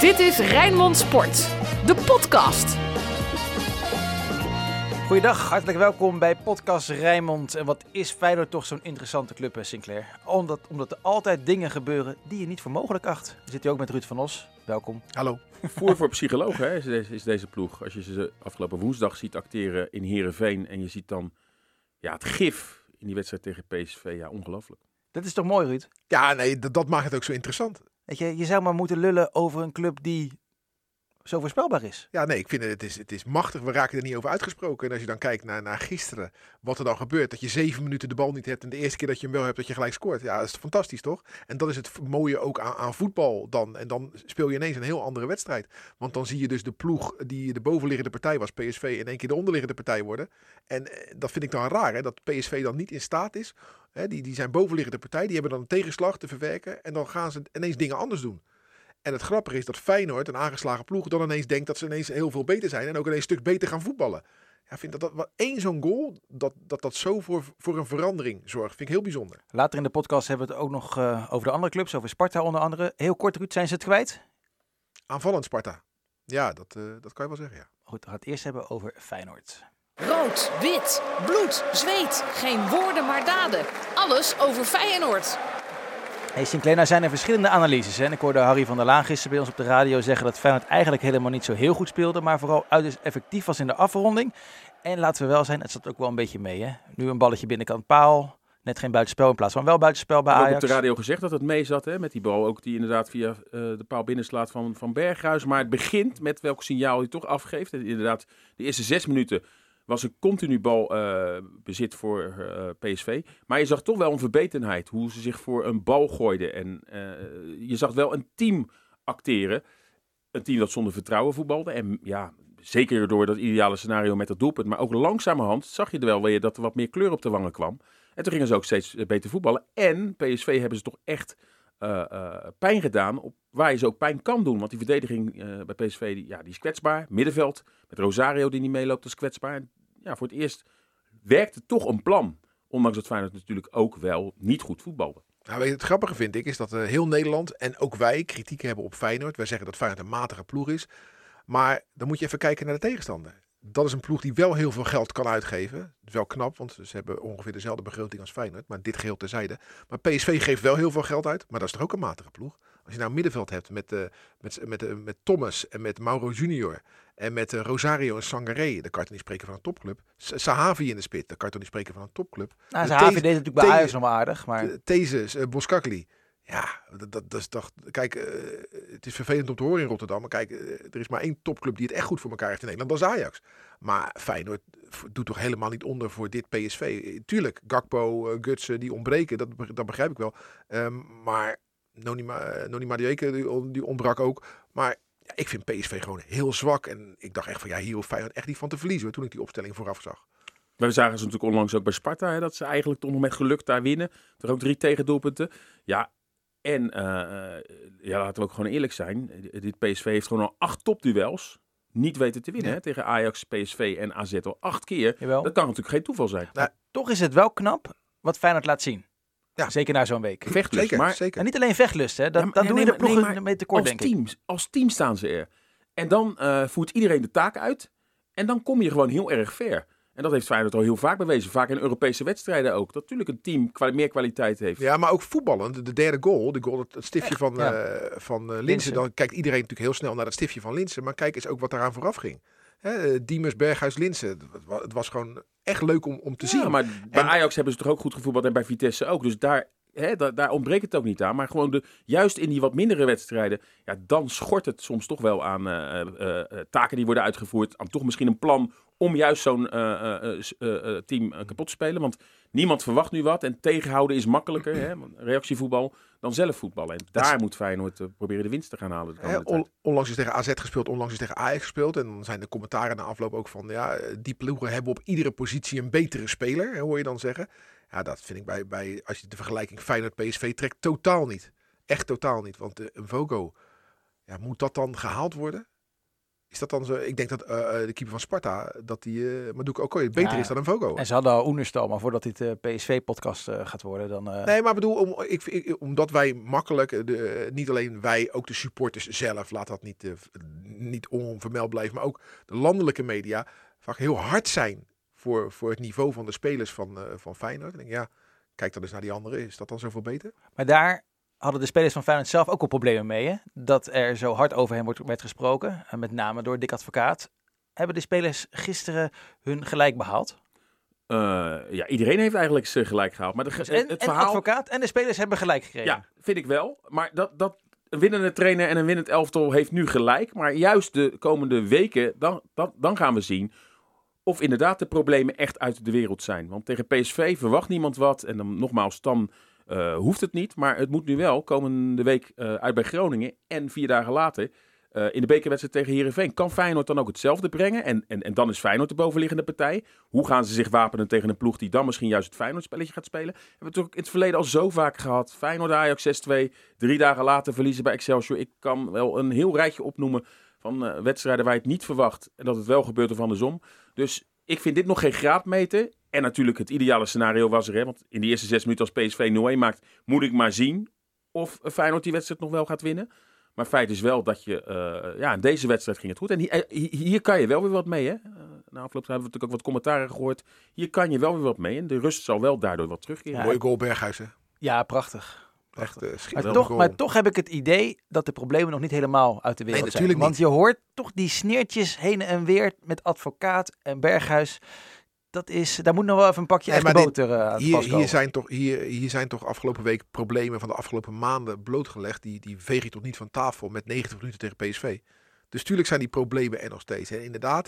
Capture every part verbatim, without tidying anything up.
Dit is Rijnmond Sport, de podcast. Goeiedag, hartelijk welkom bij podcast Rijnmond. En wat is Feyenoord toch zo'n interessante club, Sinclair? Omdat, omdat er altijd dingen gebeuren die je niet voor mogelijk acht. We zitten hier ook met Ruud van Os. Welkom. Hallo. Voer voor psychologen hè, is, deze, is deze ploeg. Als je ze afgelopen woensdag ziet acteren in Heerenveen en je ziet dan ja, het gif in die wedstrijd tegen P S V, ja, ongelooflijk. Dat is toch mooi, Ruud? Ja, nee, dat, dat maakt het ook zo interessant. Weet je, je zou maar moeten lullen over een club die zo voorspelbaar is. Ja, nee, ik vind het, het is, het is machtig. We raken er niet over uitgesproken. En als je dan kijkt naar, naar gisteren, wat er dan gebeurt. Dat je zeven minuten de bal niet hebt en de eerste keer dat je hem wel hebt, dat je gelijk scoort. Ja, dat is fantastisch, toch? En dat is het mooie ook aan, aan voetbal dan. En dan speel je ineens een heel andere wedstrijd. Want dan zie je dus de ploeg die de bovenliggende partij was, P S V, in één keer de onderliggende partij worden. En eh, dat vind ik dan raar, hè, dat P S V dan niet in staat is. Hè, die, die zijn bovenliggende partij, die hebben dan een tegenslag te verwerken. En dan gaan ze ineens dingen anders doen. En het grappige is dat Feyenoord, een aangeslagen ploeg, dan ineens denkt dat ze ineens heel veel beter zijn. En ook ineens een stuk beter gaan voetballen. Ja, ik vind dat, dat wat één zo'n goal, dat dat, dat zo voor, voor een verandering zorgt. Vind ik heel bijzonder. Later in de podcast hebben we het ook nog uh, over de andere clubs, over Sparta onder andere. Heel kort, Ruud, zijn ze het kwijt? Aanvallend Sparta. Ja, dat, uh, dat kan je wel zeggen, ja. Goed, we gaan het eerst hebben over Feyenoord. Rood, wit, bloed, zweet. Geen woorden maar daden. Alles over Feyenoord. Hey Sinclair, nou zijn er verschillende analyses. Hè? En ik hoorde Harry van der Laan gisteren bij ons op de radio zeggen dat Feyenoord eigenlijk helemaal niet zo heel goed speelde, maar vooral uiterst effectief was in de afronding. En laten we wel zijn, het zat ook wel een beetje mee. Hè? Nu een balletje binnenkant paal, net geen buitenspel in plaats van wel buitenspel bij Ik heb Ajax. op de radio gezegd dat het mee zat hè, met die bal, ook die inderdaad via uh, de paal binnenslaat van, van Berghuis. Maar het begint met welk signaal hij toch afgeeft. En inderdaad, de eerste zes minuten was een continu bal uh, bezit voor uh, P S V. Maar je zag toch wel een verbetenheid. Hoe ze zich voor een bal gooiden. En uh, je zag wel een team acteren. Een team dat zonder vertrouwen voetbalde. En ja, zeker door dat ideale scenario met dat doelpunt. Maar ook langzamerhand zag je er wel weer dat er wat meer kleur op de wangen kwam. En toen gingen ze ook steeds beter voetballen. En P S V hebben ze toch echt uh, uh, pijn gedaan. Op waar je ze ook pijn kan doen. Want die verdediging uh, bij P S V die, ja, die is kwetsbaar. Middenveld met Rosario die niet meeloopt, is kwetsbaar. En ja, voor het eerst werkte toch een plan. Ondanks dat Feyenoord natuurlijk ook wel niet goed voetbalde. Nou, weet je, het grappige vind ik is dat uh, heel Nederland en ook wij kritiek hebben op Feyenoord. Wij zeggen dat Feyenoord een matige ploeg is. Maar dan moet je even kijken naar de tegenstander. Dat is een ploeg die wel heel veel geld kan uitgeven. Dat is wel knap, want ze hebben ongeveer dezelfde begroting als Feyenoord. Maar dit geheel terzijde. Maar P S V geeft wel heel veel geld uit. Maar dat is toch ook een matige ploeg. Als je nou een middenveld hebt met, uh, met, met, uh, met Thomas en met Mauro Junior. En met uh, Rosario en Sangaré. Dan kan je toch niet spreken van een topclub. Sahavi in de spit. Dan kan je toch niet spreken van een topclub. Nou, Sahavi deed het natuurlijk bij Ajax nog wel aardig. Maar... Thezes, uh, Boskakli. Ja, dat, dat, dat is toch... Kijk, uh, het is vervelend om te horen in Rotterdam. Maar kijk, uh, er is maar één topclub die het echt goed voor elkaar heeft in Nederland. Dat is Ajax. Maar Feyenoord doet toch helemaal niet onder voor dit P S V. Tuurlijk, Gakpo, uh, Gutsen, die ontbreken. Dat, dat begrijp ik wel. Um, maar Noni, uh, Noni Madueke, die, die ontbrak ook. Maar ja, ik vind P S V gewoon heel zwak. En ik dacht echt van, ja, hier hoeft Feyenoord echt niet van te verliezen. Hoor, toen ik die opstelling vooraf zag. We zagen ze natuurlijk onlangs ook bij Sparta. Hè, dat ze eigenlijk toch nog met geluk daar winnen. Er ook drie tegendoelpunten. Ja, en uh, ja, laten we ook gewoon eerlijk zijn. Dit P S V heeft gewoon al acht topduels niet weten te winnen. Ja. Hè, tegen Ajax, P S V en A Z al acht keer. Jawel. Dat kan natuurlijk geen toeval zijn. Nou, toch is het wel knap wat Feyenoord laat zien. Ja. Zeker na zo'n week. Vechtlust, zeker, maar, zeker. En niet alleen vechtlust, hè. Dat, ja, dan ja, doe nee, je de maar, ploegen nee, mee tekort, als denk team, ik. Als team staan ze er. En dan uh, voert iedereen de taak uit. En dan kom je gewoon heel erg ver. En dat heeft Feyenoord al heel vaak bewezen. Vaak in Europese wedstrijden ook. Dat natuurlijk een team kwa- meer kwaliteit heeft. Ja, maar ook voetballend. De derde goal, de goal het, het stiftje Echt, van, ja. uh, van uh, Linssen. Linssen. Dan kijkt iedereen natuurlijk heel snel naar dat stiftje van Linssen. Maar kijk eens ook wat eraan vooraf ging. Hè, Diemers, Berghuis, Linssen. Het, het was gewoon echt leuk om, om te Ja, zien. maar bij En- Ajax hebben ze toch ook goed gevoetbald en bij Vitesse ook. Dus daar, hè, daar, daar ontbreekt het ook niet aan. Maar gewoon de, juist in die wat mindere wedstrijden, ja, dan schort het soms toch wel aan uh, uh, uh, taken die worden uitgevoerd. Aan toch misschien een plan om juist zo'n uh, uh, uh, uh, team uh, kapot te spelen. Want niemand verwacht nu wat. En tegenhouden is makkelijker, hè, reactievoetbal, dan zelf voetballen. En daar moet Feyenoord uh, proberen de winst te gaan halen. De Hè, komende on, tijd. onlangs is tegen A Z gespeeld, onlangs is tegen Ajax gespeeld. En dan zijn de commentaren na afloop ook van... ja, die ploegen hebben op iedere positie een betere speler, hè, hoor je dan zeggen. Ja, dat vind ik bij, bij als je de vergelijking Feyenoord-P S V trekt, totaal niet. Echt totaal niet. Want uh, een Vogo, ja, moet dat dan gehaald worden? Is dat dan zo? Ik denk dat uh, de keeper van Sparta, dat die uh, Maduka Okoye beter ja, is dan een Vogo. En ze hadden al Oenerstal, maar voordat dit uh, P S V-podcast uh, gaat worden, dan... Uh... Nee, maar bedoel, om, ik, ik, omdat wij makkelijk, de, niet alleen wij, ook de supporters zelf, laat dat niet, uh, niet onvermeld blijven, maar ook de landelijke media vaak heel hard zijn voor, voor het niveau van de spelers van, uh, van Feyenoord. En denk, ja, kijk dan eens naar die anderen. Is dat dan zoveel beter? Maar daar hadden de spelers van Feyenoord zelf ook al problemen mee, hè? Dat er zo hard over hem wordt, werd gesproken. En met name door Dick Advocaat. Hebben de spelers gisteren hun gelijk behaald? Uh, ja, iedereen heeft eigenlijk zijn gelijk gehaald. Maar de, dus en, het en verhaal... Advocaat en de spelers hebben gelijk gekregen. Ja, vind ik wel. Maar dat, dat een winnende trainer en een winnend elftal heeft nu gelijk. Maar juist de komende weken, dan, dan, dan gaan we zien of inderdaad de problemen echt uit de wereld zijn. Want tegen P S V verwacht niemand wat. En dan nogmaals, dan uh, hoeft het niet. Maar het moet nu wel komende week uh, uit bij Groningen. En vier dagen later uh, in de bekerwedstrijd tegen Heerenveen. Kan Feyenoord dan ook hetzelfde brengen? En, en, en dan is Feyenoord de bovenliggende partij. Hoe gaan ze zich wapenen tegen een ploeg die dan misschien juist het Feyenoord-spelletje gaat spelen? Hebben we het ook in het verleden al zo vaak gehad. Feyenoord-Ajax zes twee. Drie dagen later verliezen bij Excelsior. Ik kan wel een heel rijtje opnoemen van uh, wedstrijden waar je het niet verwacht. En dat het wel gebeurt of andersom. Dus ik vind dit nog geen graadmeter. En natuurlijk het ideale scenario was er. Hè, want in de eerste zes minuten als P S V nul een maakt, moet ik maar zien of Feyenoord die wedstrijd nog wel gaat winnen. Maar feit is wel dat je, uh, ja, in deze wedstrijd ging het goed. En hier, hier kan je wel weer wat mee, hè. Uh, na afloop hebben we natuurlijk ook wat commentaren gehoord. Hier kan je wel weer wat mee. En de rust zal wel daardoor wat terugkeren. Ja. Mooie goal Berghuis, hè? Ja, prachtig. Echt, uh, maar, toch, maar toch heb ik het idee dat de problemen nog niet helemaal uit de wereld nee, zijn. Want niet. je hoort toch die sneertjes heen en weer met Advocaat en Berghuis. Dat is, daar moet nog wel even een pakje nee, echte boter uh, aan hier, pas komen. Hier zijn, toch, hier, hier zijn toch afgelopen week problemen van de afgelopen maanden blootgelegd. Die, die veeg je toch niet van tafel met negentig minuten tegen P S V. Dus tuurlijk zijn die problemen er nog steeds. En inderdaad,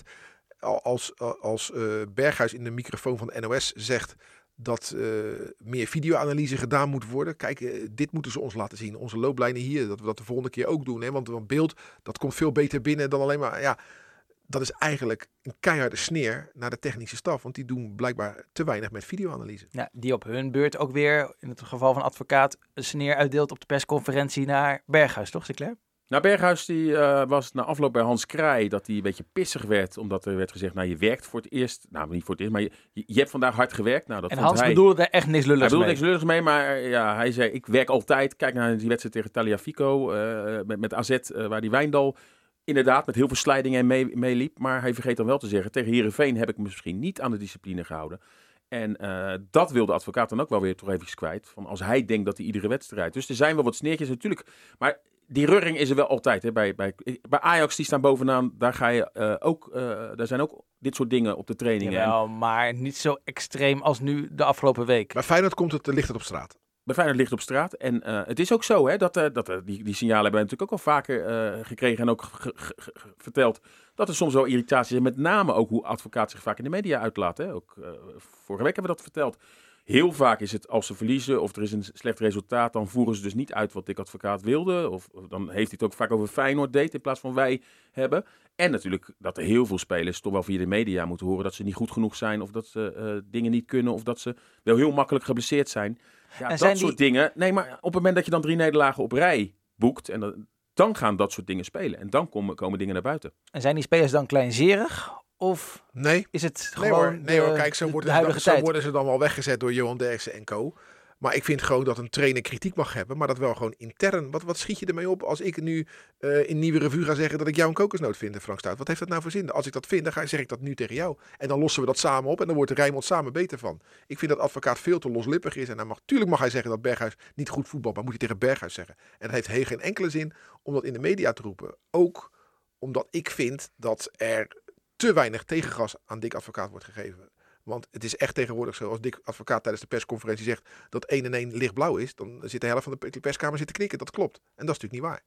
als, als uh, Berghuis in de microfoon van de N O S zegt dat uh, meer videoanalyse gedaan moet worden. Kijk, uh, dit moeten ze ons laten zien. Onze looplijnen hier, dat we dat de volgende keer ook doen. Hè? Want een beeld, dat komt veel beter binnen dan alleen maar... Ja, dat is eigenlijk een keiharde sneer naar de technische staf. Want die doen blijkbaar te weinig met videoanalyse. Ja, die op hun beurt ook weer, in het geval van Advocaat, een sneer uitdeelt op de persconferentie naar Berghuis, toch, Sinclair? Nou, Berghuis die, uh, was na afloop bij Hans Kraai dat hij een beetje pissig werd. Omdat er werd gezegd, nou je werkt voor het eerst. Nou, niet voor het eerst, maar je, je hebt vandaag hard gewerkt. Nou, dat en vond Hans hij, bedoelde daar echt niks lulligs mee. mee. Hij bedoelde niks lulligs mee, maar uh, ja, hij zei, ik werk altijd. Kijk naar die wedstrijd tegen Tagliafico uh, met, met A Z, uh, waar die Wijndal inderdaad met heel veel slijdingen mee, meeliep. Maar hij vergeet dan wel te zeggen, tegen Heerenveen heb ik me misschien niet aan de discipline gehouden. En uh, dat wil de Advocaat dan ook wel weer toch even kwijt. Van als hij denkt dat hij iedere wedstrijd... Dus er zijn wel wat sneertjes natuurlijk. Maar die rurring is er wel altijd. Hè. Bij, bij, bij Ajax, die staan bovenaan. Daar, ga je, uh, ook, uh, daar zijn ook dit soort dingen op de trainingen. Jawel, maar niet zo extreem als nu de afgelopen week. Bij Feyenoord komt het, ligt het op straat. Bij Feyenoord ligt het op straat. En uh, het is ook zo, hè, dat, uh, dat uh, die, die signalen hebben we natuurlijk ook al vaker uh, gekregen en ook ge- ge- ge- verteld. Dat er soms wel irritaties is. Met name ook hoe advocaat zich vaak in de media uitlaat. Hè. Ook, uh, vorige week hebben we dat verteld. Heel vaak is het als ze verliezen of er is een slecht resultaat, dan voeren ze dus niet uit wat Dick Advocaat wilde. Of, of dan heeft hij het ook vaak over Feyenoord deed in plaats van wij hebben. En natuurlijk dat er heel veel spelers toch wel via de media moeten horen dat ze niet goed genoeg zijn. Of dat ze uh, dingen niet kunnen. Of dat ze wel heel makkelijk geblesseerd zijn. Ja, en dat soort die... dingen. Nee, maar op het moment dat je dan drie nederlagen op rij boekt, en dan, dan gaan dat soort dingen spelen. En dan komen, komen dingen naar buiten. En zijn die spelers dan kleinzerig? Of nee. is het nee, gewoon hoor. Nee de, hoor, kijk, zo, de, worden de ze dan, tijd. zo worden ze dan wel weggezet door Johan Derksen en co. Maar ik vind gewoon dat een trainer kritiek mag hebben, maar dat wel gewoon intern. Wat, wat schiet je ermee op als ik nu uh, in Nieuwe Revue ga zeggen dat ik jou een kokosnoot vind, Frank Stout? Wat heeft dat nou voor zin? Als ik dat vind, dan ga, zeg ik dat nu tegen jou. En dan lossen we dat samen op en dan wordt de Rijnmond samen beter van. Ik vind dat Advocaat veel te loslippig is. En dan mag, tuurlijk mag hij zeggen dat Berghuis niet goed voetbalt, maar moet hij tegen Berghuis zeggen. En dat heeft heel geen enkele zin om dat in de media te roepen. Ook omdat ik vind dat er te weinig tegengas aan Dick Advocaat wordt gegeven. Want het is echt tegenwoordig zo, als Dick Advocaat tijdens de persconferentie zegt dat één en één lichtblauw is, dan zit de helft van de perskamer zit te knikken. Dat klopt. En dat is natuurlijk niet waar.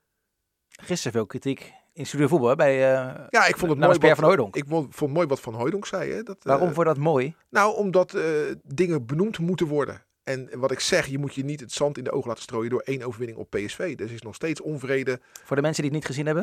Gisteren veel kritiek in Studio Voetbal, hè, bij uh, ja, ik vond het mooi wat, van Hooijdonk. Ik vond, vond mooi wat Van Hooijdonk zei. Hè, dat, Waarom uh, vond je dat mooi? Nou, omdat uh, dingen benoemd moeten worden. En wat ik zeg, je moet je niet het zand in de ogen laten strooien door één overwinning op P S V. Er is nog steeds onvrede. Voor de mensen die het niet gezien hebben,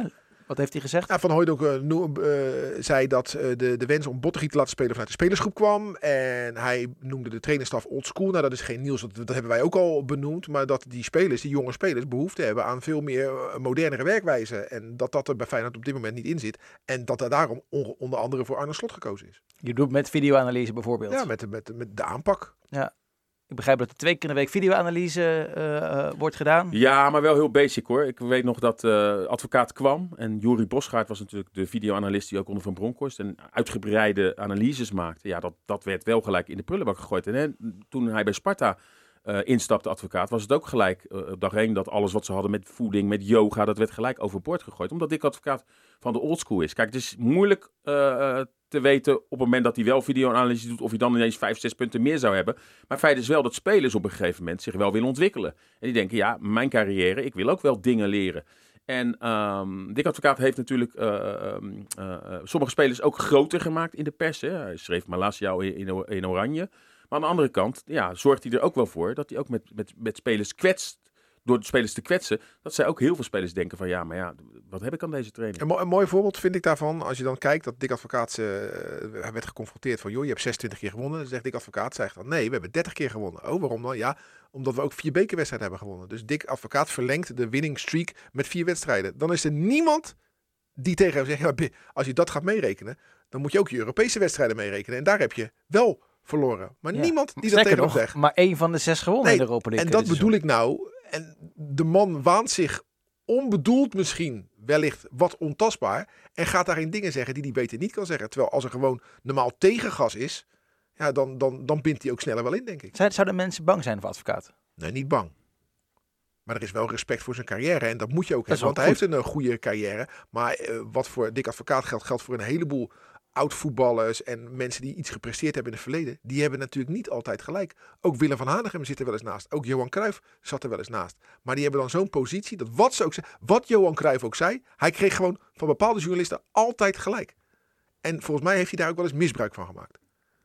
Wat heeft hij gezegd? Ja, Van Hooijdonk uh, no, uh, zei dat uh, de, de wens om Bottegui te laten spelen vanuit de spelersgroep kwam. En hij noemde de trainerstaf old school. Nou, dat is geen nieuws, dat, dat hebben wij ook al benoemd. Maar dat die spelers, die jonge spelers, behoefte hebben aan veel meer uh, modernere werkwijze. En dat dat er bij Feyenoord op dit moment niet in zit. En dat er daarom on, onder andere voor Arne Slot gekozen is. Je doet met videoanalyse bijvoorbeeld? Ja, met, met, met de aanpak. Ja. Ik begrijp dat er twee keer in de week videoanalyse uh, uh, wordt gedaan. Ja, maar wel heel basic hoor. Ik weet nog dat uh, advocaat kwam. En Jori Bosgaard was natuurlijk de videoanalist die ook onder Van Bronckhorst en uitgebreide analyses maakte. Ja, dat, dat werd wel gelijk in de prullenbak gegooid. En hè, toen hij bij Sparta uh, instapte, advocaat, was het ook gelijk uh, op dag één dat alles wat ze hadden met voeding, met yoga, dat werd gelijk overboord gegooid. Omdat Dick Advocaat van de oldschool is. Kijk, het is moeilijk uh, te weten op het moment dat hij wel videoanalyse doet of hij dan ineens vijf, zes punten meer zou hebben. Maar feit is wel dat spelers op een gegeven moment zich wel willen ontwikkelen. En die denken, ja, mijn carrière, ik wil ook wel dingen leren. En um, Dick Advocaat heeft natuurlijk uh, uh, uh, sommige spelers ook groter gemaakt in de pers. Hè. Hij schreef Malasia in, in, in oranje. Maar aan de andere kant ja, zorgt hij er ook wel voor dat hij ook met, met, met spelers kwetst. Door de spelers te kwetsen, dat zij ook heel veel spelers denken van ja, maar ja, wat heb ik aan deze training? Een, mo- een mooi voorbeeld vind ik daarvan, als je dan kijkt dat Dick Advocaat uh, werd geconfronteerd van joh, je hebt zesentwintig keer gewonnen. Dan zegt Dick Advocaat, zegt dan nee, we hebben dertig keer gewonnen. Oh, waarom dan? Ja, omdat we ook vier bekerwedstrijden hebben gewonnen. Dus Dick Advocaat verlengt de winning streak met vier wedstrijden. Dan is er niemand die tegen hem zegt, ja, als je dat gaat meerekenen, dan moet je ook je Europese wedstrijden meerekenen. En daar heb je wel verloren. Maar ja. niemand die Sterker dat tegen nog, hem zegt. Maar één van de zes gewonnen nee, in de Europa League. En dat bedoel ik nou. En de man waant zich onbedoeld misschien wellicht wat ontastbaar. En gaat daarin dingen zeggen die hij beter niet kan zeggen. Terwijl als er gewoon normaal tegengas is. Ja, dan, dan, dan bindt hij ook sneller wel in, denk ik. Zouden mensen bang zijn voor Advocaat? Nee, niet bang. Maar er is wel respect voor zijn carrière. En dat moet je ook hebben. Want hij heeft een uh, goede carrière. Maar uh, wat voor Dick Advocaat geldt, geldt voor een heleboel oud-voetballers en mensen die iets gepresteerd hebben in het verleden, die hebben natuurlijk niet altijd gelijk. Ook Willem van Hanegem zit er wel eens naast. Ook Johan Cruijff zat er wel eens naast. Maar die hebben dan zo'n positie dat wat ze ook zei, wat Johan Cruijff ook zei, hij kreeg gewoon van bepaalde journalisten altijd gelijk. En volgens mij heeft hij daar ook wel eens misbruik van gemaakt.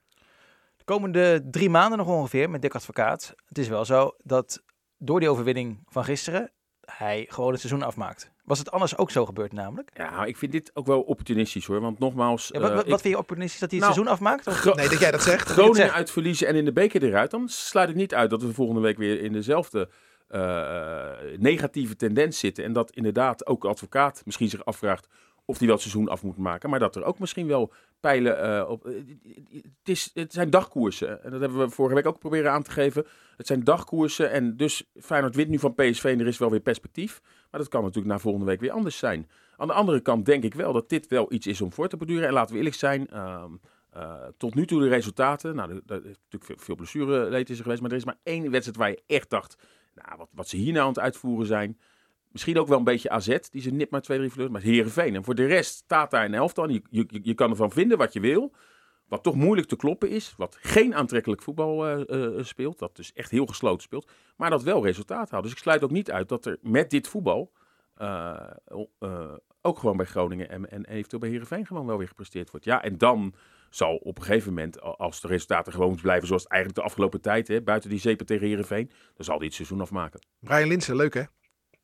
De komende drie maanden nog ongeveer met Dick Advocaat. Het is wel zo dat door die overwinning van gisteren hij gewoon het seizoen afmaakt. Was het anders ook zo gebeurd namelijk? Ja, ik vind dit ook wel opportunistisch hoor. Want nogmaals... Ja, wat wat, uh, wat ik... vind je opportunistisch? Dat hij het nou, seizoen afmaakt? Of? Gro- nee, dat jij dat zegt. Groningen zeg. uitverliezen en in de beker eruit. Dan sluit ik niet uit dat we volgende week weer in dezelfde uh, negatieve tendens zitten. En dat inderdaad ook de advocaat misschien zich afvraagt of hij wel het seizoen af moet maken. Maar dat er ook misschien wel pijlen uh, op... Uh, het, is, het zijn dagkoersen. En dat hebben we vorige week ook proberen aan te geven. Het zijn dagkoersen. En dus Feyenoord wint nu van P S V en er is wel weer perspectief. Maar dat kan natuurlijk na volgende week weer anders zijn. Aan de andere kant denk ik wel dat dit wel iets is om voor te borduren. En laten we eerlijk zijn... Uh, uh, tot nu toe de resultaten... Nou, er, er is natuurlijk veel, veel blessureleed is er geweest. Maar er is maar één wedstrijd waar je echt dacht... Nou, wat, wat ze hier nou aan het uitvoeren zijn... Misschien ook wel een beetje A Z, die ze nip maar twee drie verloren. Maar Heerenveen. En voor de rest staat daar een elftal. Je, je, je kan ervan vinden wat je wil. Wat toch moeilijk te kloppen is. Wat geen aantrekkelijk voetbal uh, uh, speelt. Dat dus echt heel gesloten speelt. Maar dat wel resultaat haalt. Dus ik sluit ook niet uit dat er met dit voetbal... Uh, uh, ook gewoon bij Groningen en, en eventueel bij Heerenveen gewoon wel weer gepresteerd wordt. Ja, en dan zal op een gegeven moment, als de resultaten gewoon blijven zoals het eigenlijk de afgelopen tijd, hè, buiten die zeepen tegen Heerenveen, dan zal hij het seizoen afmaken. Brian Linssen, leuk hè?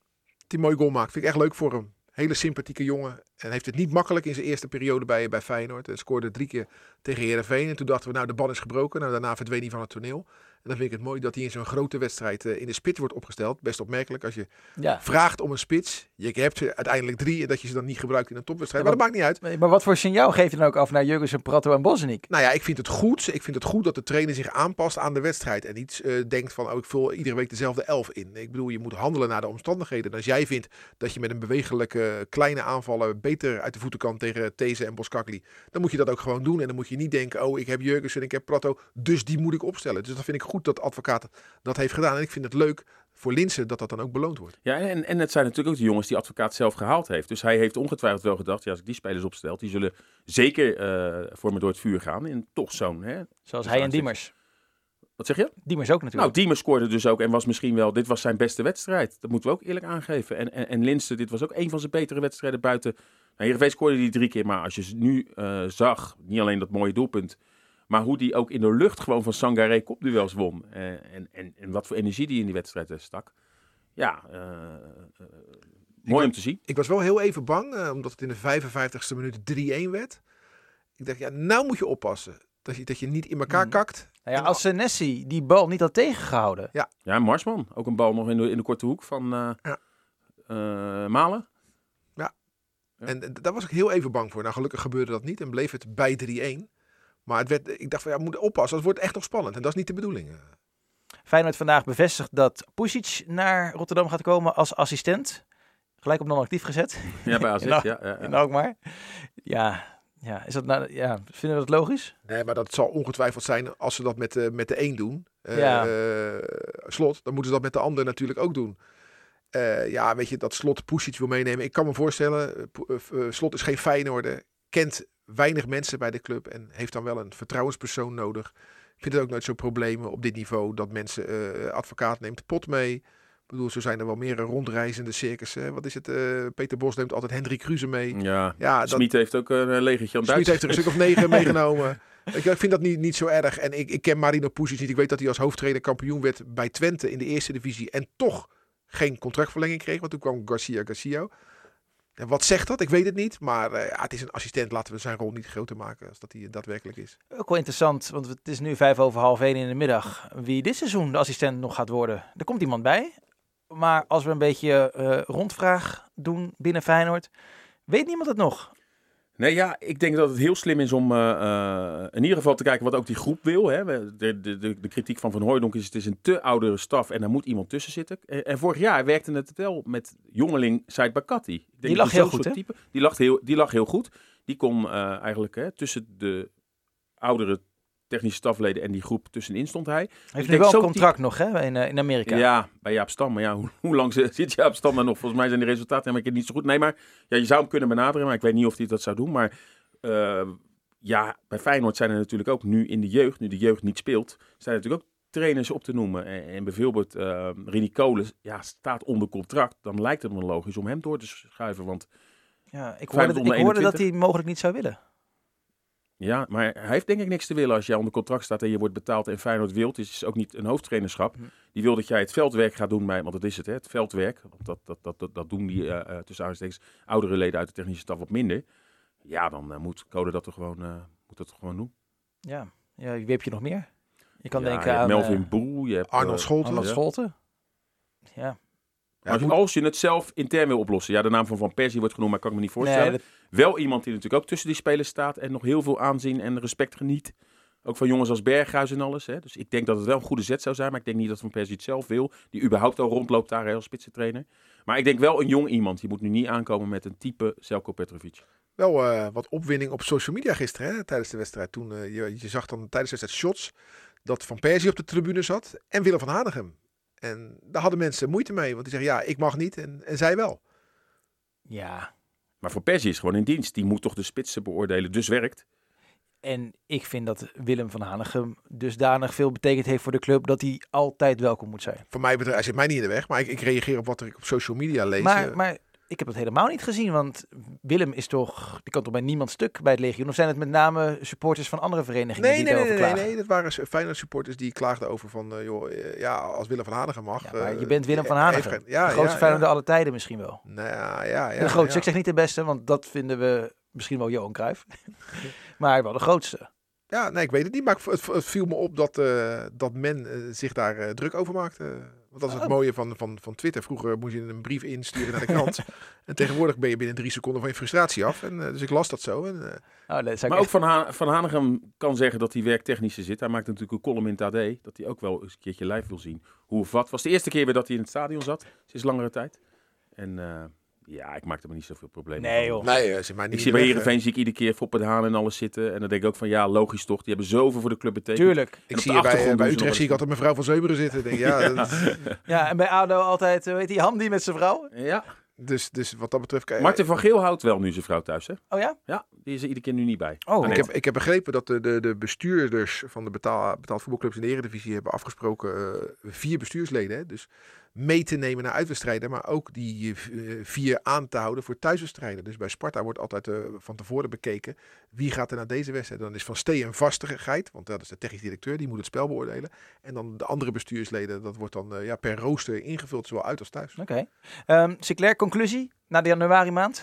Die mooie goal maakt. Vind ik echt leuk voor hem. Hele sympathieke jongen. En heeft het niet makkelijk in zijn eerste periode bij, bij Feyenoord. En scoorde drie keer tegen Heerenveen. En toen dachten we, nou de ban is gebroken. Nou, daarna verdween hij van het toneel. En dan vind ik het mooi dat hij in zo'n grote wedstrijd uh, in de spits wordt opgesteld. Best opmerkelijk als je ja. vraagt om een spits. Je hebt er uiteindelijk drie en dat je ze dan niet gebruikt in een topwedstrijd. Ja, maar, maar dat maakt niet uit. Maar wat voor signaal geef je dan ook af naar Jurgensen, Prato en Bosniek? Nou ja, ik vind het goed. Ik vind het goed dat de trainer zich aanpast aan de wedstrijd. En niet uh, denkt van, oh, ik vul iedere week dezelfde elf in. Ik bedoel, je moet handelen naar de omstandigheden. En als jij vindt dat je met een bewegelijke kleine aanvaller beter uit de voeten kan tegen These en Boskakli, dan moet je dat ook gewoon doen. En dan moet je niet denken, oh, ik heb Jurgensen en ik heb Prato, dus die moet ik opstellen. Dus dat vind ik goed dat de advocaat dat heeft gedaan. En ik vind het leuk voor Linssen dat dat dan ook beloond wordt. Ja, en, en het zijn natuurlijk ook de jongens die advocaat zelf gehaald heeft. Dus hij heeft ongetwijfeld wel gedacht, ja, als ik die spelers opstel, die zullen zeker uh, voor me door het vuur gaan. En toch zo'n... Hè, Zoals hij en Diemers. Wat zeg je? Diemers ook natuurlijk. Nou, Diemers scoorde dus ook en was misschien wel... Dit was zijn beste wedstrijd. Dat moeten we ook eerlijk aangeven. En, en, en Linssen, dit was ook een van zijn betere wedstrijden buiten... Nou, Heerenveen scoorde die drie keer, maar als je ze nu uh, zag, niet alleen dat mooie doelpunt... Maar hoe die ook in de lucht gewoon van Sangaré kopduels won. Uh, en, en, en wat voor energie die in die wedstrijd uh, stak. Ja, uh, uh, Mooi om te zien. Ik was wel heel even bang, uh, omdat het in de vijfenvijftigste minuut drie-een werd. Ik dacht, ja, nou moet je oppassen. Dat je, dat je niet in elkaar Hmm. kakt. Nou ja, als Senesi die bal niet had tegengehouden. Ja, Ja, Marsman. Ook een bal nog in de, in de korte hoek van uh, Ja. uh, Malen. Ja. Ja. En, en daar was ik heel even bang voor. Nou, gelukkig gebeurde dat niet en bleef het bij drie-een. Maar het werd, ik dacht van, ja, we moeten oppassen. Het wordt echt nog spannend. En dat is niet de bedoeling. Feyenoord vandaag bevestigd dat Pusic naar Rotterdam gaat komen als assistent. Gelijk op non-actief gezet. Ja, bij A Z. In, ja, ja, ja. in Alkmaar. Ja, ja, is dat nou, ja, vinden we dat logisch? Nee, maar dat zal ongetwijfeld zijn als ze dat met, uh, met de een doen. Uh, Ja. uh, Slot, dan moeten ze dat met de ander natuurlijk ook doen. Uh, ja, weet je, dat Slot Pusic wil meenemen. Ik kan me voorstellen, uh, uh, Slot is geen Feyenoorder. Kent weinig mensen bij de club en heeft dan wel een vertrouwenspersoon nodig. Ik vind het ook nooit zo'n probleem op dit niveau dat mensen, uh, advocaat neemt pot mee. Ik bedoel, zo zijn er wel meer rondreizende circussen. Wat is het? Uh, Peter Bos neemt altijd Hendrik Kruse mee. Ja, Ja, dat- Smit heeft ook een legertje aan Smit Duits. heeft er een stuk of negen meegenomen. Ik, ik vind dat niet, niet zo erg. En ik, ik ken Marino Pusic niet. Ik weet dat hij als hoofdtrainer kampioen werd bij Twente in de eerste divisie. En toch geen contractverlenging kreeg. Want toen kwam Garcia Garcia. En wat zegt dat? Ik weet het niet. Maar uh, ja, het is een assistent. Laten we zijn rol niet groter maken als dat hij daadwerkelijk is. Ook wel interessant, want het is nu vijf over half één in de middag. Wie dit seizoen de assistent nog gaat worden. Er komt iemand bij. Maar als we een beetje uh, rondvraag doen binnen Feyenoord, weet niemand het nog. Nee, ja, ik denk dat het heel slim is om uh, uh, in ieder geval te kijken wat ook die groep wil. Hè. De, de, de, de kritiek van Van Hooijdonk is, het is een te oudere staf en daar moet iemand tussen zitten. En, en vorig jaar werkte het wel met jongeling Said Bakati. Ik denk Die lag dat heel zo'n goed, soort hè? type, die, lag heel, die lag heel goed. Die kon uh, eigenlijk hè, tussen de oudere technische stafleden en die groep tussenin stond hij. Heeft Ik nu denk wel een zo'n contract nog hè, in, uh, in Amerika. Ja, bij Jaap Stam. Maar ja, hoe, hoe lang zit Jaap Stam daar nog? Volgens mij zijn de resultaten helemaal niet zo goed. Nee, maar ja, je zou hem kunnen benaderen, maar ik weet niet of hij dat zou doen. Maar uh, ja, bij Feyenoord zijn er natuurlijk ook nu in de jeugd, nu de jeugd niet speelt, zijn er natuurlijk ook trainers op te noemen. En, en bijvoorbeeld uh, Rini Kolen ja, staat onder contract. Dan lijkt het me logisch om hem door te schuiven. Want Ja, ik Feyenoord hoorde, onder ik hoorde dat eenentwintig. hij mogelijk niet zou willen. ja, maar hij heeft denk ik niks te willen als jij onder contract staat en je wordt betaald en Feyenoord wilt. Het is ook niet een hoofdtrainerschap. Hm. Die wil dat jij het veldwerk gaat doen bij, want dat is het, hè, het veldwerk. Want dat, dat, dat, dat, dat doen die uh, uh, tussen aanstekens oudere leden uit de technische staf wat minder. Ja, dan uh, moet Code dat toch gewoon, uh, moet dat toch gewoon doen. Ja, ja, wie heb je nog meer? Je kan Ja, denken je hebt aan Melvin uh, Boel, je hebt Arnold uh, Scholten. Arnold ja. Scholten. Ja. Ja, als, je, moet- als je het zelf intern wil oplossen. Ja, de naam van Van Persie wordt genoemd, maar kan ik me niet voorstellen. Nee, dat- Wel iemand die natuurlijk ook tussen die spelers staat en nog heel veel aanzien en respect geniet. Ook van jongens als Berghuis en alles. Hè. Dus ik denk dat het wel een goede zet zou zijn. Maar ik denk niet dat Van Persie het zelf wil. Die überhaupt al rondloopt daar hè, als spitsentrainer. Maar ik denk wel een jong iemand. Je moet nu niet aankomen met een type Željko Petrovic. Wel uh, wat opwinding op social media gisteren hè, tijdens de wedstrijd. Toen uh, je, je zag dan tijdens de wedstrijd shots dat Van Persie op de tribune zat en Willem van Hanegem. En daar hadden mensen moeite mee. Want die zeggen ja, ik mag niet en, en zij wel. ja, Maar Van Persie is gewoon in dienst. Die moet toch de spitsen beoordelen. Dus werkt. en ik vind dat Willem van Hanegem dusdanig veel betekend heeft voor de club dat hij altijd welkom moet zijn. Voor mij betreft, hij zit mij niet in de weg. Maar ik, ik reageer op wat ik op social media lees. Maar, uh, maar ik heb het helemaal niet gezien, want Willem is toch, die kan toch bij niemand stuk bij het legioen? Of zijn het met name supporters van andere verenigingen Nee, die nee, nee, daarover nee, klagen? nee, dat waren Feyenoord supporters die klaagden over van, uh, joh, uh, ja, als Willem van Hanegem mag. Ja, maar uh, je bent Willem van hij heeft Hanegem. geen- ja, de grootste ja, Feyenoorder ja. aller tijden misschien wel. Nou ja, ja, ja. de grootste, ja. ik zeg niet de beste, want dat vinden we misschien wel Johan Cruijff. maar wel de grootste. Ja, nee, ik weet het niet. Maar ik- het, het viel me op dat, uh, dat men uh, zich daar uh, druk over maakte. Want dat is het Oh. mooie van, van, van Twitter. Vroeger moest je een brief insturen naar de krant. En tegenwoordig ben je binnen drie seconden van je frustratie af. En, uh, dus ik las dat zo. En, uh, Oh, dat zou ik Maar ook echt- Van, Ha- van Hanegem kan zeggen dat hij werktechnische zit. Hij maakt natuurlijk een column in het A D. Dat hij ook wel eens een keertje live wil zien. Hoe of wat. Was de eerste keer weer dat hij in het stadion zat. Sinds langere tijd. En uh, ja, ik maak er me niet zoveel problemen Nee, van. joh. nee, uh, zit mij niet Ik in zie de bij weg, Heerenveen zie ik iedere keer Foppe de Haan en alles zitten. En dan denk ik ook van ja, logisch toch. Die hebben zoveel voor de club betekend. Tuurlijk. uh. Ik op zie de hier bij, achtergrond bij doen ze Utrecht nog zie ik wel altijd mevrouw van Zeuberen zitten. Ik denk, ja, dat- Ja, en bij ADO altijd, hoe heet die, Hamdi met zijn vrouw? Ja. dus, dus wat dat betreft... kijk, Martin van Geel houdt wel nu zijn vrouw thuis, hè? Oh ja? Ja, die is er iedere keer nu niet bij. Oh, Ah, Ik nee. heb, ik heb begrepen dat de, de, de bestuurders van de betaal, betaald voetbalclubs in de Eredivisie hebben afgesproken, uh, vier bestuursleden. Hè? Dus mee te nemen naar uitwedstrijden, maar ook die uh, vier aan te houden voor thuiswedstrijden. Dus bij Sparta wordt altijd uh, van tevoren bekeken wie gaat er naar deze wedstrijd. Dan is Van Steen een vastigheid, want dat is de technisch directeur, die moet het spel beoordelen. En dan de andere bestuursleden, dat wordt dan uh, ja, per rooster ingevuld, zowel uit als thuis. Oké. Okay. Um, Sinclair, conclusie na de januari maand?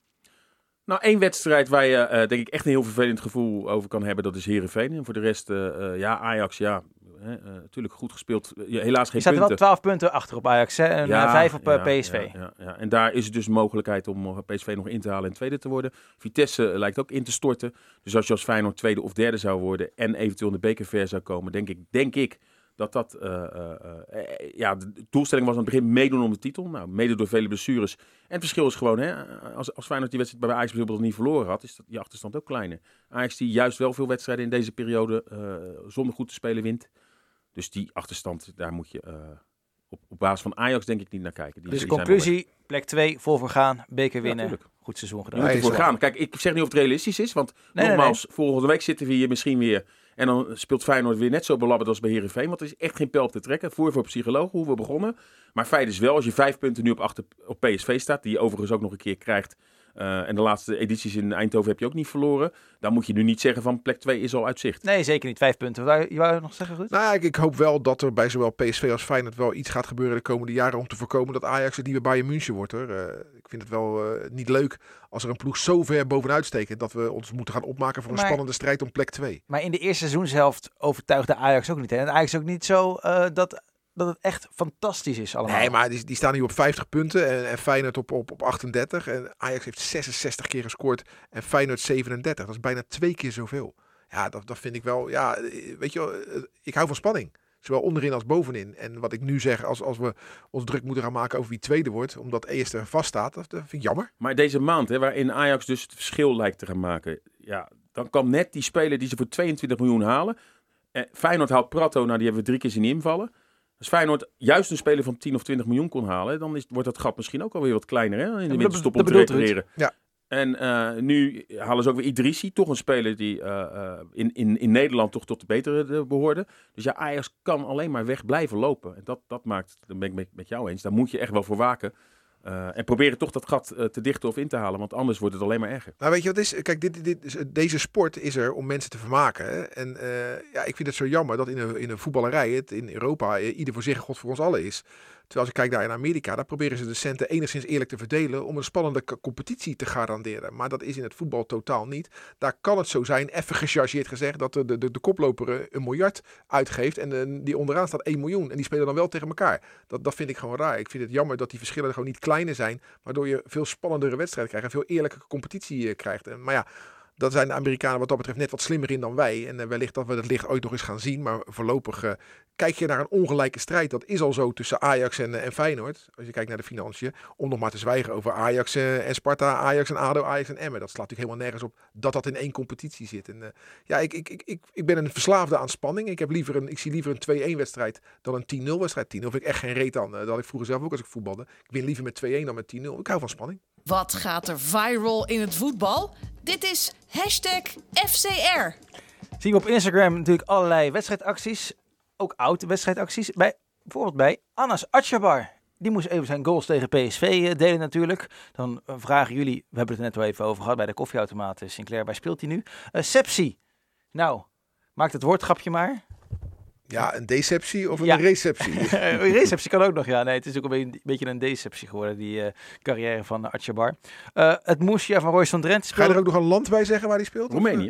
Nou, één wedstrijd waar je uh, denk ik echt een heel vervelend gevoel over kan hebben, dat is Heerenveen. En voor de rest, uh, uh, ja, Ajax, ja, natuurlijk uh, goed gespeeld. Uh, helaas geen je staat punten. wel twaalf punten achter op Ajax, hè? En ja, vijf op uh, ja, P S V. Ja, ja, ja. En daar is het dus de mogelijkheid om P S V nog in te halen en tweede te worden. Vitesse uh, lijkt ook in te storten. Dus als je als Feyenoord tweede of derde zou worden en eventueel in de beker ver zou komen, denk ik, denk ik dat dat, uh, uh, uh, ja, de doelstelling was aan het begin meedoen om de titel. Nou, mede door vele blessures. En het verschil is gewoon, hè, als, als Feyenoord die wedstrijd bij Ajax bijvoorbeeld niet verloren had, is dat die achterstand ook kleiner. Ajax die juist wel veel wedstrijden in deze periode uh, zonder goed te spelen wint. Dus die achterstand, daar moet je uh, op, op basis van Ajax denk ik niet naar kijken. Die, dus de die conclusie, plek twee, vol voor gaan, beker winnen. Ja, goed seizoen gedaan. Je moet ervoor gaan. Kijk, ik zeg niet of het realistisch is, want nee, nogmaals, nee, nee. volgende week zitten we hier misschien weer. En dan speelt Feyenoord weer net zo belabberd als bij Heerenveen. Want er is echt geen pijl op te trekken. Voor voor psychologen, hoe we begonnen. Maar feit is wel, als je vijf punten nu op, achter, op P S V staat, die je overigens ook nog een keer krijgt. Uh, en de laatste edities in Eindhoven heb je ook niet verloren. Dan moet je nu niet zeggen van plek twee is al uit zicht. Nee, zeker niet. Vijf punten. Wou je wou nog zeggen, goed? Nou ja, ik, ik hoop wel dat er bij zowel P S V als Feyenoord wel iets gaat gebeuren de komende jaren om te voorkomen dat Ajax het nieuwe Bayern München wordt. Hoor. Uh, ik vind het wel uh, niet leuk als er een ploeg zo ver bovenuit steekt dat we ons moeten gaan opmaken voor een maar, spannende strijd om plek twee. Maar in de eerste seizoenshelft overtuigde Ajax ook niet. Hè? En Ajax ook niet zo uh, dat... dat het echt fantastisch is allemaal. Nee, maar die, die staan nu op vijftig punten en, en Feyenoord op, op, op achtendertig. En Ajax heeft zesenzestig keer gescoord en Feyenoord zevenendertig. Dat is bijna twee keer zoveel. Ja, dat, dat vind ik wel... Ja, weet je wel, ik hou van spanning. Zowel onderin als bovenin. En wat ik nu zeg, als, als we ons druk moeten gaan maken over wie tweede wordt, omdat eerste vaststaat, dat, dat vind ik jammer. Maar deze maand, hè, waarin Ajax dus het verschil lijkt te gaan maken, ja, dan kan net die speler die ze voor tweeëntwintig miljoen halen. Eh, Feyenoord haalt Prato, nou die hebben we drie keer zien invallen. Als Feyenoord juist een speler van tien of twintig miljoen kon halen, dan is, wordt dat gat misschien ook alweer wat kleiner, hè, in de winterstop om te repareren. Ja. En uh, nu halen ze ook weer Idrissi, toch een speler die uh, uh, in, in, in Nederland toch tot de betere behoorde. Dus ja, Ajax kan alleen maar weg blijven lopen. En dat, dat maakt, dan ben ik met, met jou eens, daar moet je echt wel voor waken. Uh, en proberen toch dat gat uh, te dichten of in te halen, want anders wordt het alleen maar erger. Nou, weet je wat is? Kijk, dit, dit, deze sport is er om mensen te vermaken. Hè? En uh, ja, ik vind het zo jammer dat in een, in een voetballerij het in Europa uh, ieder voor zich God voor ons allen is. Terwijl als ik kijk daar in Amerika, daar proberen ze de centen enigszins eerlijk te verdelen om een spannende k- competitie te garanderen. Maar dat is in het voetbal totaal niet. Daar kan het zo zijn, even gechargeerd gezegd, dat de, de, de koploper een miljard uitgeeft en de, die onderaan staat één miljoen. En die spelen dan wel tegen elkaar. Dat, dat vind ik gewoon raar. Ik vind het jammer dat die verschillen gewoon niet kleiner zijn, waardoor je veel spannendere wedstrijden krijgt en veel eerlijke competitie krijgt. En, maar ja, daar zijn de Amerikanen wat dat betreft net wat slimmer in dan wij. En uh, wellicht dat we dat licht ooit nog eens gaan zien. Maar voorlopig uh, kijk je naar een ongelijke strijd. Dat is al zo tussen Ajax en, uh, en Feyenoord. Als je kijkt naar de financiën. Om nog maar te zwijgen over Ajax uh, en Sparta, Ajax en ADO, Ajax en Emmen. Dat slaat natuurlijk helemaal nergens op dat dat in één competitie zit. En, uh, ja, ik, ik, ik, ik, ik ben een verslaafde aan spanning. Ik, heb liever een, ik zie liever een twee-één wedstrijd dan een tien nul wedstrijd. tien nul vind ik echt geen reet aan. Uh, dat had ik vroeger zelf ook als ik voetbalde. Ik win liever met twee-één dan met tien nul. Ik hou van spanning. Wat gaat er viral in het voetbal? Dit is hashtag F C R. Zien we op Instagram natuurlijk allerlei wedstrijdacties. Ook oude wedstrijdacties. Bij, bijvoorbeeld bij Anas Atjabar. Die moest even zijn goals tegen P S V delen natuurlijk. Dan vragen jullie, we hebben het er net al even over gehad bij de koffieautomaat Sinclair. Waar speelt hij nu? Uh, Sepsi. Nou, maak het woordgrapje maar. Ja, een deceptie of een ja. receptie? Een receptie kan ook nog, ja. Nee, het is ook een beetje een deceptie geworden, die uh, carrière van uh, Atjabar. Uh, het Moesja van Royston Drenthe speelt... Ga je er ook nog een land bij zeggen waar hij speelt? Roemenië.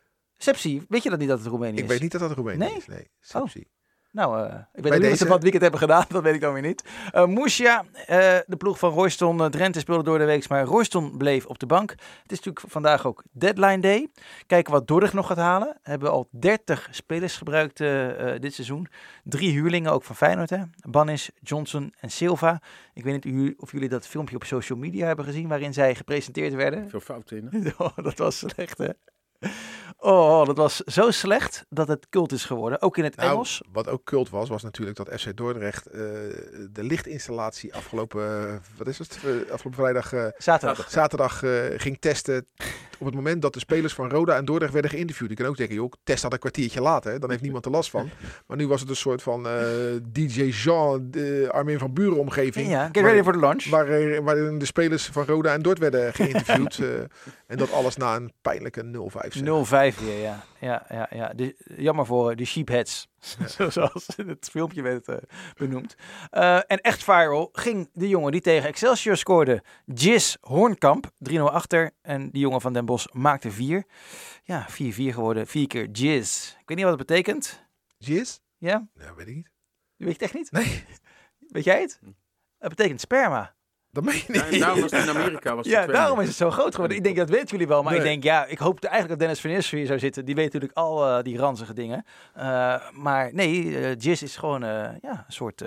Sepsi, weet je dat niet dat het Roemenië is? Ik weet niet dat dat Roemenië nee? is, nee. Sepsi. Oh. Nou, uh, ik weet niet wat ze van het weekend hebben gedaan, dat weet ik dan weer niet. Uh, Moesja, uh, de ploeg van Royston uh, Drenthe speelde door de week, maar Royston bleef op de bank. Het is natuurlijk vandaag ook deadline day. Kijken wat Dordrecht nog gaat halen. Hebben al dertig spelers gebruikt uh, uh, dit seizoen. Drie huurlingen, ook van Feyenoord, hè. Bannis, Johnson en Silva. Ik weet niet of jullie dat filmpje op social media hebben gezien, waarin zij gepresenteerd werden. Veel fouten in. Oh, dat was slecht, hè? Oh, dat was zo slecht dat het cult is geworden. Ook in het Nou, Engels. wat ook cult was, was natuurlijk dat F C Dordrecht uh, de lichtinstallatie afgelopen, uh, wat is het, uh, afgelopen vrijdag, uh, Zaterdag. zaterdag uh, ging testen. Op het moment dat de spelers van Roda en Dordrecht werden geïnterviewd. Ik kan ook zeggen, joh, test dat een kwartiertje later. Dan heeft niemand er last van. Maar nu was het een soort van uh, D J Jean, de Armin van Buren omgeving. Ja, get ready for the lunch. Waar, waarin de spelers van Roda en Dort werden geïnterviewd. uh, en dat alles na een pijnlijke nul vijf. nul vijf weer, ja. ja, ja, ja. De, jammer voor de sheepheads. Ja. Zoals in het filmpje werd uh, benoemd. Uh, en echt viral ging de jongen die tegen Excelsior scoorde. Jis Hoornkamp, drie nul achter. En die jongen van Den Bosch maakte vier. Ja, vier vier geworden. Vier keer Jis. Ik weet niet wat het betekent. Jis? Ja? Nou, weet ik niet. Weet je het echt niet? Nee. Weet jij het? Het betekent sperma. Dat meen je niet. Ja, en daarom was het in Amerika. Was het ja, tweede. daarom is het zo groot geworden. Ik denk, dat weten jullie wel. Maar Nee. ik denk, ja, ik hoopte eigenlijk dat Dennis van Eersel hier zou zitten. Die weet natuurlijk al uh, die ranzige dingen. Uh, maar nee, uh, Jizz is gewoon uh, ja, een soort uh,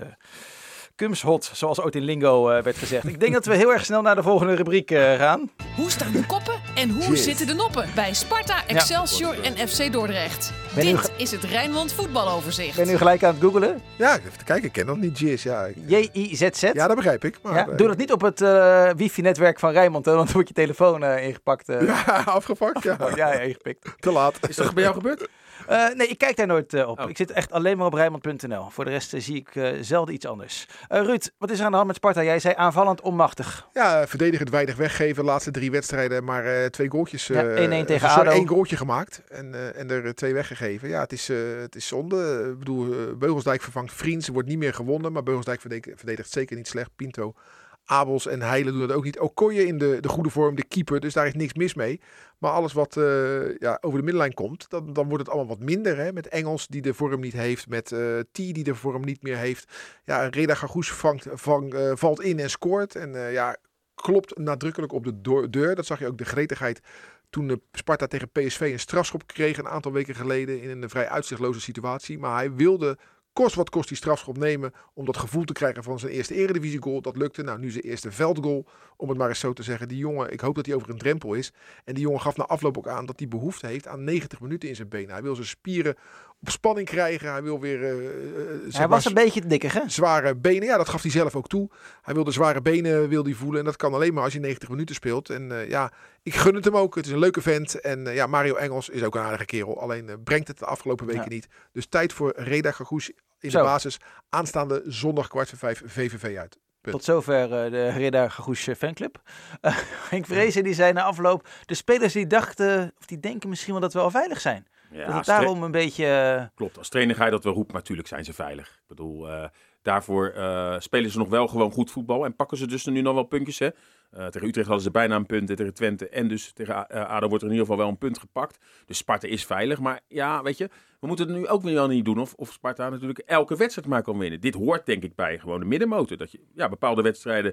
kumshot, zoals ooit in Lingo uh, werd gezegd. Ik denk dat we heel erg snel naar de volgende rubriek uh, gaan. Hoe staan de koppen en hoe Jizz. zitten de noppen bij Sparta, Excelsior en F C Dordrecht? Ben u Dit ge- is het Rijnmond voetbaloverzicht. Ben nu gelijk aan het googlen. Ja, even te kijken. Ik ken dat niet, Jis. Ja, ik- J I Z Z. ja, dat begrijp ik. Maar, Ja, uh, doe dat niet op het uh, wifi-netwerk van Rijnmond, hè, want dan wordt je telefoon uh, ingepakt. Uh, ja, afgepakt. Ja. ja, ja, ingepikt. Te laat. Is dat bij jou gebeurd? Uh, nee, ik kijk daar nooit uh, op. Oh. Ik zit echt alleen maar op Rijnmond punt n l. Voor de rest uh, zie ik uh, zelden iets anders. Uh, Ruud, wat is er aan de hand met Sparta? Jij zei aanvallend onmachtig. Ja, verdedigend weinig weggeven. De laatste drie wedstrijden, maar uh, twee goaltjes. Uh, Ja, één een tegen sorry, ADO. één goaltje gemaakt en, uh, en er uh, twee weggegeven. Ja, het is, uh, het is zonde. Ik bedoel, uh, Beugelsdijk vervangt Vriends. Er wordt niet meer gewonnen, maar Beugelsdijk verdedigt, verdedigt zeker niet slecht. Pinto, Abels en Heijlen doen dat ook niet. Okoye in de, de goede vorm, de keeper. Dus daar is niks mis mee. Maar alles wat uh, ja, over de middenlijn komt, dan, dan wordt het allemaal wat minder. Hè? Met Engels die de vorm niet heeft. Met uh, T die de vorm niet meer heeft. Ja, Reda Gagous vangt, vang, uh, valt in en scoort. En uh, ja, klopt nadrukkelijk op de do- deur. Dat zag je ook de gretigheid toen de Sparta tegen P S V een strafschop kreeg een aantal weken geleden in een vrij uitzichtloze situatie. Maar hij wilde kost wat kost die strafschop nemen om dat gevoel te krijgen van zijn eerste eredivisie goal. Dat lukte. Nou, nu zijn eerste veldgoal, om het maar eens zo te zeggen. Die jongen, ik hoop dat hij over een drempel is. En die jongen gaf na afloop ook aan dat hij behoefte heeft aan negentig minuten in zijn benen. Hij wil zijn spieren op spanning krijgen. Hij wil weer uh, zeg Hij was maar, een beetje dikker, hè? zware benen. Ja, dat gaf hij zelf ook toe. Hij wilde zware benen wil hij voelen. En dat kan alleen maar als je negentig minuten speelt. En uh, ja, ik gun het hem ook. Het is een leuke vent. En uh, ja, Mario Engels is ook een aardige kerel. Alleen uh, brengt het de afgelopen weken Ja. niet. Dus tijd voor Reda Gagous in Zo. de basis. Aanstaande zondag kwart voor vijf V V V uit. Punt. Tot zover uh, de Reda Gagous uh, fanclub. Uh, Henk Vrezen die zei na afloop, de spelers die dachten, of die denken misschien wel dat we al veilig zijn. Ja, dat het als tra- daarom een beetje... Uh, Klopt, als trainer ga je dat wel roepen, maar natuurlijk zijn ze veilig. Ik bedoel, uh, daarvoor uh, spelen ze nog wel gewoon goed voetbal en pakken ze dus nu nog wel puntjes. Hè? Uh, tegen Utrecht hadden ze bijna een punt, tegen Twente en dus tegen A- uh, ADO wordt er in ieder geval wel een punt gepakt. Dus Sparta is veilig, maar ja, weet je, we moeten het nu ook weer niet doen of, of Sparta natuurlijk elke wedstrijd maar kan winnen. Dit hoort denk ik bij gewoon de middenmotor. Dat je ja, bepaalde wedstrijden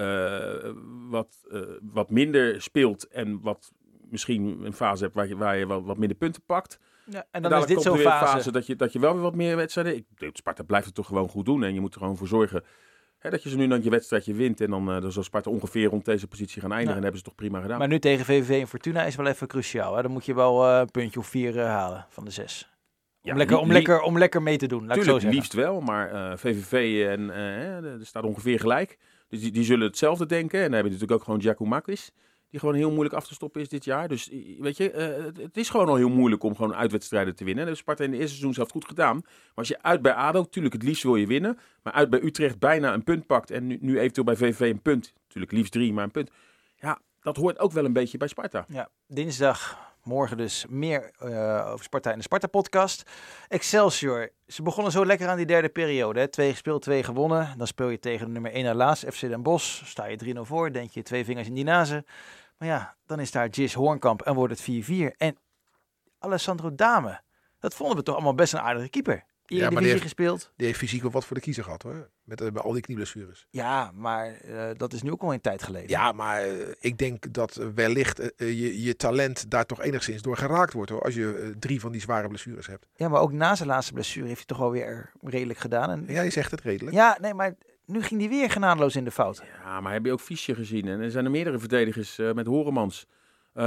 uh, wat, uh, wat minder speelt en wat misschien een fase hebt waar je, waar je wat, wat minder punten pakt. ja, en En dan is dadelijk dit komt zo'n er weer een fase. fase dat je, dat je wel weer wat meer wedstrijden... Ik, de Sparta blijft het toch gewoon goed doen. En je moet er gewoon voor zorgen hè, dat je ze nu dan je wedstrijdje wint. En dan, uh, dan zal Sparta ongeveer rond deze positie gaan eindigen. Ja. En dat hebben ze toch prima gedaan. Maar nu tegen V V V en Fortuna is wel even cruciaal. Hè? Dan moet je wel uh, een puntje of vier uh, halen van de zes. Om, Ja, lekker, li- om, li- lekker, om lekker mee te doen, laat ik Tuurlijk, zo zeggen. liefst wel. Maar uh, V V V en uh, er staat ongeveer gelijk. Dus die, die zullen hetzelfde denken. En dan heb je natuurlijk ook gewoon Giacomakis. Die gewoon heel moeilijk af te stoppen is dit jaar. Dus weet je, uh, het, het is gewoon al heel moeilijk om gewoon uitwedstrijden te winnen. Dus Sparta in de eerste seizoen zelf goed gedaan. Maar als je uit bij ADO, natuurlijk het liefst wil je winnen. Maar uit bij Utrecht bijna een punt pakt. En nu, nu eventueel bij V V V een punt. Natuurlijk liefst drie, maar een punt. Ja, dat hoort ook wel een beetje bij Sparta. Ja, dinsdag, morgen dus meer uh, over Sparta in de Sparta-podcast. Excelsior, ze begonnen zo lekker aan die derde periode. Hè? Twee gespeeld, twee gewonnen. Dan speel je tegen de nummer één helaas, F C Den Bosch. Sta je drie nul voor, denk je twee vingers in die nazen. Maar ja, dan is daar Jis Hoornkamp en wordt het vier vier. En Alessandro Dame, dat vonden we toch allemaal best een aardige keeper. Ja, maar die Eredivisie heeft- gespeeld. Die heeft fysiek wel wat voor de kiezer gehad hoor. Met, uh, bij al die knieblessures. Ja, maar uh, dat is nu ook al een tijd geleden. Ja, maar uh, ik denk dat uh, wellicht uh, je, je talent daar toch enigszins door geraakt wordt hoor. Als je uh, drie van die zware blessures hebt. Ja, maar ook na zijn laatste blessure heeft hij toch wel weer redelijk gedaan. En... Ja, je zegt het redelijk. Ja, nee, maar nu ging hij weer genadeloos in de fout. Ja, maar heb je ook Fischer gezien? En er zijn er meerdere verdedigers uh, met Horemans. Uh,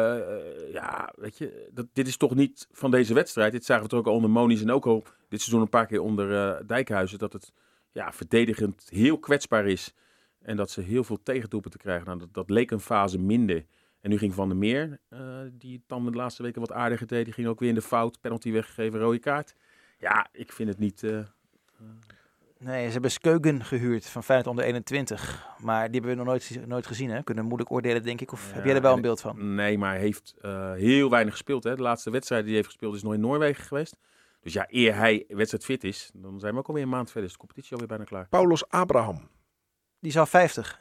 ja, weet je, dat, dit is toch niet van deze wedstrijd. Dit zagen we toch ook al onder Moniz en ook al dit seizoen een paar keer onder uh, Dijkhuizen. Dat het ja, verdedigend heel kwetsbaar is. En dat ze heel veel tegendoelpunten krijgen. Nou, dat, dat leek een fase minder. En nu ging Van der Meer, uh, die het dan de laatste weken wat aardiger deed. Die ging ook weer in de fout. Penalty weggegeven, rode kaart. Ja, ik vind het niet... Uh, uh... Nee, ze hebben Skeugen gehuurd van Feyenoord onder eenentwintig. Maar die hebben we nog nooit, nooit gezien, hè? Kunnen moeilijk oordelen, denk ik. Of ja, heb jij er wel een beeld van? Nee, maar hij heeft uh, heel weinig gespeeld. Hè? De laatste wedstrijd die hij heeft gespeeld is nog in Noorwegen geweest. Dus ja, eer hij wedstrijd fit is, dan zijn we ook alweer een maand verder. Is de competitie alweer bijna klaar. Paulos Abraham. Die is al vijftig.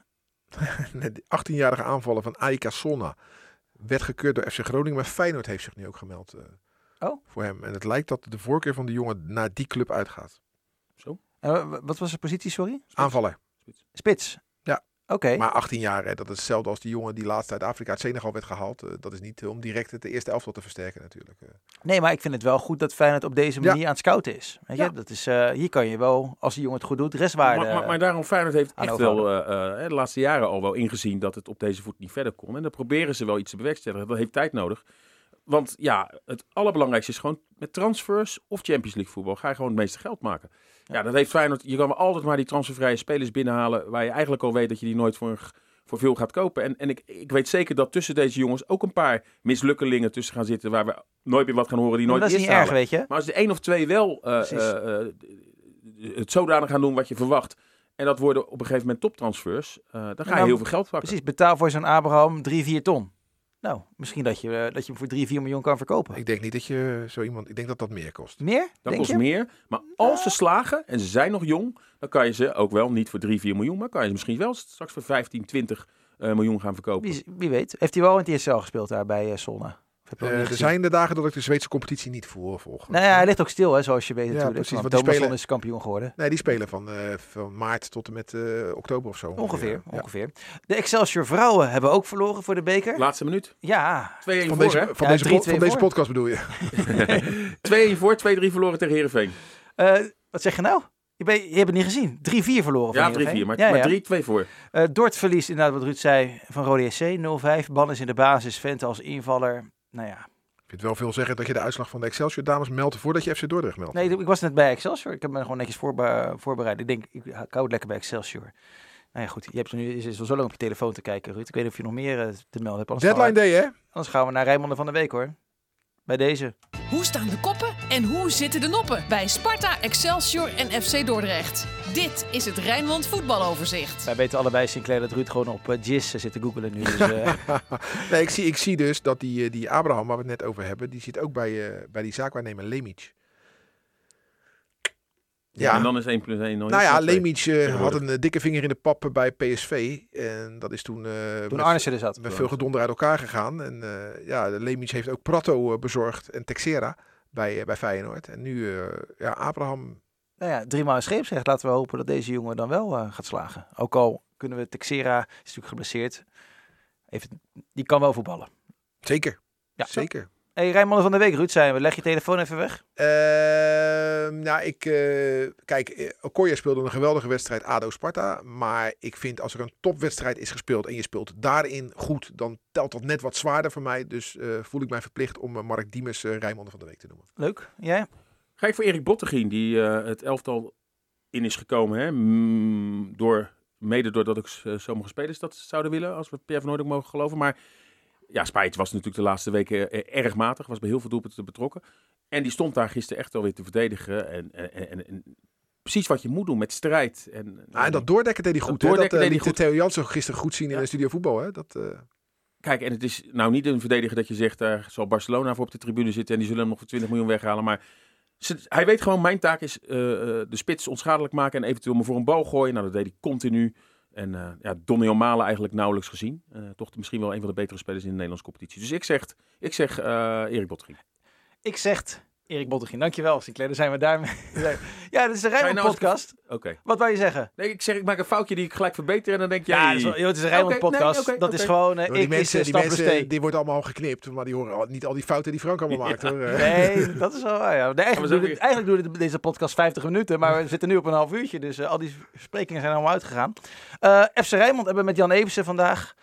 De achttienjarige aanvaller van A I K Solna werd gekeurd door F C Groningen, maar Feyenoord heeft zich nu ook gemeld uh, oh. voor hem. En het lijkt dat de voorkeur van de jongen naar die club uitgaat. Zo? Uh, wat was de positie, sorry? Spits. Aanvaller. Spits. Spits. Ja. Oké. Okay. Maar achttien jaar, hè, dat is hetzelfde als die jongen die laatst uit Afrika uit Senegal werd gehaald. Uh, dat is niet uh, om direct het de eerste elftal te versterken natuurlijk. Uh. Nee, maar ik vind het wel goed dat Feyenoord op deze manier ja. aan het scouten is. Weet je? Ja. Dat is uh, hier kan je wel, als die jongen het goed doet, restwaarde. Maar, maar, maar daarom Feyenoord heeft echt wel uh, uh, de laatste jaren al wel ingezien dat het op deze voet niet verder kon. En dan proberen ze wel iets te bewerkstelligen. Dat heeft tijd nodig. Want ja, het allerbelangrijkste is gewoon met transfers of Champions League voetbal ga je gewoon het meeste geld maken. Ja, dat heeft Feyenoord. Je kan wel altijd maar die transfervrije spelers binnenhalen waar je eigenlijk al weet dat je die nooit voor, voor veel gaat kopen. En, en ik, ik weet zeker dat tussen deze jongens ook een paar mislukkelingen tussen gaan zitten waar we nooit meer wat gaan horen die nooit eerst halen. Dat is niet erg, weet je. Maar als de één of twee wel uh, uh, uh, het zodanig gaan doen wat je verwacht en dat worden op een gegeven moment toptransfers, uh, dan ga je nou, heel veel geld pakken. Precies, betaal voor zo'n Abraham drie, vier ton. Nou, misschien dat je, uh, dat je hem voor drie, vier miljoen kan verkopen. Ik denk niet dat je zo iemand... Ik denk dat dat meer kost. Meer? Dat denk kost je? meer. Maar als ze slagen, en ze zijn nog jong, dan kan je ze ook wel niet voor drie, vier miljoen, maar kan je ze misschien wel straks voor vijftien, twintig uh, miljoen gaan verkopen. Wie, wie weet. Heeft hij wel in het eerste gespeeld daar bij uh, Solna? Uh, er zijn de dagen dat ik de Zweedse competitie niet voor volg. Nou ja, hij ligt ook stil, hè, zoals je weet ja, natuurlijk. Precies, want want Thomasson is kampioen geworden. Nee, die spelen van, uh, van maart tot en met uh, oktober of zo. Ongeveer, ja. ongeveer. De Excelsior vrouwen hebben ook verloren voor de beker. Laatste minuut. Ja. twee-een van voor, deze, hè? Van, ja, deze, drie, po- van deze podcast bedoel je? twee-een voor, twee-drie verloren tegen Heerenveen. Uh, wat zeg je nou? Je, ben, je hebt het niet gezien. drie vier verloren van Ja, drie vier, maar, ja, maar ja. drie-twee voor. Uh, Dort verliest inderdaad wat Ruud zei van Rode S C nul vijf. Ban is in de basis, Vente als invaller. Nou ja. Ik vind het wel veel zeggen dat je de uitslag van de Excelsior dames meldt voordat je F C Dordrecht meldt. Nee, ik was net bij Excelsior. Ik heb me gewoon netjes voorbe- voorbereid. Ik denk, ik hou het lekker bij Excelsior. Nou ja, goed. Je hebt er nu is al zo lang op je telefoon te kijken, Ruud. Ik weet niet of je nog meer uh, te melden hebt. Anders Deadline day, hè? Anders gaan we naar Rijnmond van de Week, hoor. Bij deze. Hoe staan de koppen en hoe zitten de noppen bij Sparta, Excelsior en F C Dordrecht? Dit is het Rijnmond voetbaloverzicht. Wij weten allebei, Sinclair, dat Ruud gewoon op uh, Jizz zit te googelen nu. Dus, uh... nee, ik zie, ik zie dus dat die, die Abraham, waar we het net over hebben, die zit ook bij, uh, bij die zaakwaarnemer Lemic. Ja, ja, en dan is één plus één nog Nou ja, Lemic uh, had een uh, dikke vinger in de pap bij P S V. En dat is toen, uh, toen met, Arnissen er zat. met veel gedonder uit elkaar gegaan. En uh, ja, Lemic heeft ook Prato uh, bezorgd en Texera bij, uh, bij Feyenoord. En nu, uh, ja, Abraham... Nou ja, drie maal scheepsrecht. Laten we hopen dat deze jongen dan wel uh, gaat slagen. Ook al kunnen we Texera, is natuurlijk geblesseerd. Even, die kan wel voetballen. Zeker, ja, zeker. Hey, Rijnmond van de Week, Ruud, zijn we. Leg je telefoon even weg. Uh, nou, ik... Uh, kijk, Okoye speelde een geweldige wedstrijd, ADO Sparta. Maar ik vind als er een topwedstrijd is gespeeld en je speelt daarin goed, dan telt dat net wat zwaarder voor mij. Dus uh, voel ik mij verplicht om uh, Mark Diemers uh, Rijnmond van de Week te noemen. Leuk. Jij? Ga ik voor Erik Bottegien, die uh, het elftal in is gekomen. Hè? Mm, door, mede doordat ik uh, sommige spelers dat zouden willen, als we Pierre van Hooydonk mogen geloven. Maar ja, Spijt was natuurlijk de laatste weken erg matig. Was bij heel veel doelpunten betrokken. En die stond daar gisteren echt alweer te verdedigen. En, en, en, en precies wat je moet doen met strijd. En, ah, en dat doordekken deed hij goed. Dat, dat uh, liet goed. Theo Jansen gisteren goed zien ja. in de Studio Voetbal. Hè? Dat, uh... Kijk, en het is nou niet een verdediger dat je zegt, daar zal Barcelona voor op de tribune zitten en die zullen hem nog voor twintig miljoen weghalen. Maar ze, hij weet gewoon, mijn taak is uh, de spits onschadelijk maken en eventueel me voor een bal gooien. Nou, dat deed hij continu. En uh, ja, Donny O'Malen eigenlijk nauwelijks gezien. Uh, toch misschien wel een van de betere spelers in de Nederlandse competitie. Dus ik zeg, ik zeg uh, Erik Bottegien. Ik zeg Erik Bottegien. Dankjewel, Sinclair. Dan zijn we daarmee. Ja, dit is de Rijnmond nou podcast. Oké. Okay. Wat wou je zeggen? Nee, ik zeg, ik maak een foutje die ik gelijk verbeter en dan denk jij... Ja, is wel, joh, het is een Rijnmond okay, podcast. Nee, okay, dat okay. is gewoon... Uh, die ik mensen, is, uh, die, mensen die wordt allemaal geknipt, maar die horen al, niet al die fouten die Frank allemaal maakt. Ja. Hoor. Nee, dat is wel waar. Ja. Nee, eigenlijk, doe dit, eigenlijk doe deze podcast vijftig minuten, maar we zitten nu op een half uurtje. Dus uh, al die sprekingen zijn allemaal uitgegaan. Uh, F C Rijnmond hebben met Jan Eversen vandaag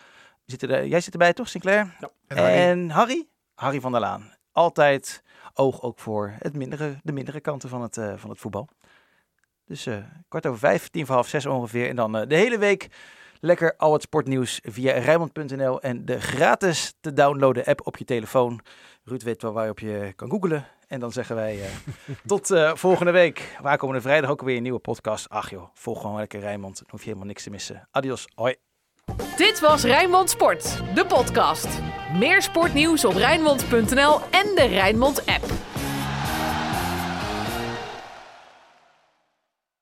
zit er, jij zit erbij toch, Sinclair? Ja. En Harry? En Harry? Harry van der Laan. Altijd oog ook voor het mindere, de mindere kanten van het, uh, van het voetbal. Dus uh, kwart over vijf, tien voor half zes ongeveer. En dan uh, de hele week lekker al het sportnieuws via Rijnmond punt n l en de gratis te downloaden app op je telefoon. Ruud weet wel waarop je kan googlen. En dan zeggen wij uh, tot uh, volgende week. Waar komende vrijdag ook weer een nieuwe podcast. Ach joh, volg gewoon lekker Rijnmond. Dan hoef je helemaal niks te missen. Adios, hoi. Dit was Rijnmond Sport, de podcast. Meer sportnieuws op Rijnmond punt n l en de Rijnmond app.